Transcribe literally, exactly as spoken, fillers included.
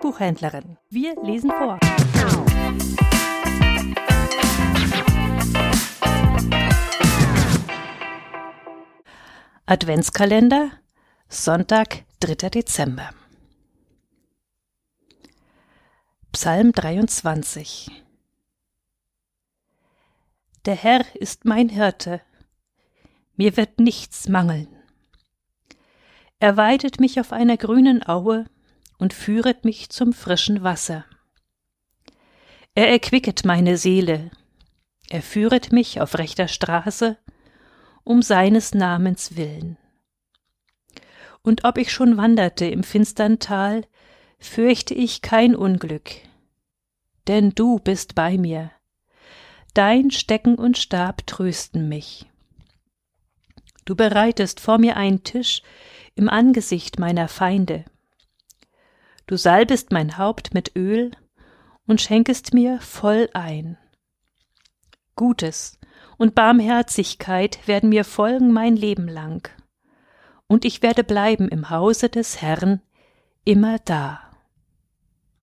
Buchhändlerin. Wir lesen vor. Adventskalender, Sonntag, dritter Dezember. Psalm dreiundzwanzig. Der Herr ist mein Hirte, mir wird nichts mangeln. Er weidet mich auf einer grünen Aue und führet mich zum frischen Wasser. Er erquicket meine Seele, er führet mich auf rechter Straße, um seines Namens willen. Und ob ich schon wanderte im finstern Tal, fürchte ich kein Unglück, denn du bist bei mir. Dein Stecken und Stab trösten mich. Du bereitest vor mir einen Tisch im Angesicht meiner Feinde. Du salbest mein Haupt mit Öl und schenkest mir voll ein. Gutes und Barmherzigkeit werden mir folgen mein Leben lang, und ich werde bleiben im Hause des Herrn immerdar.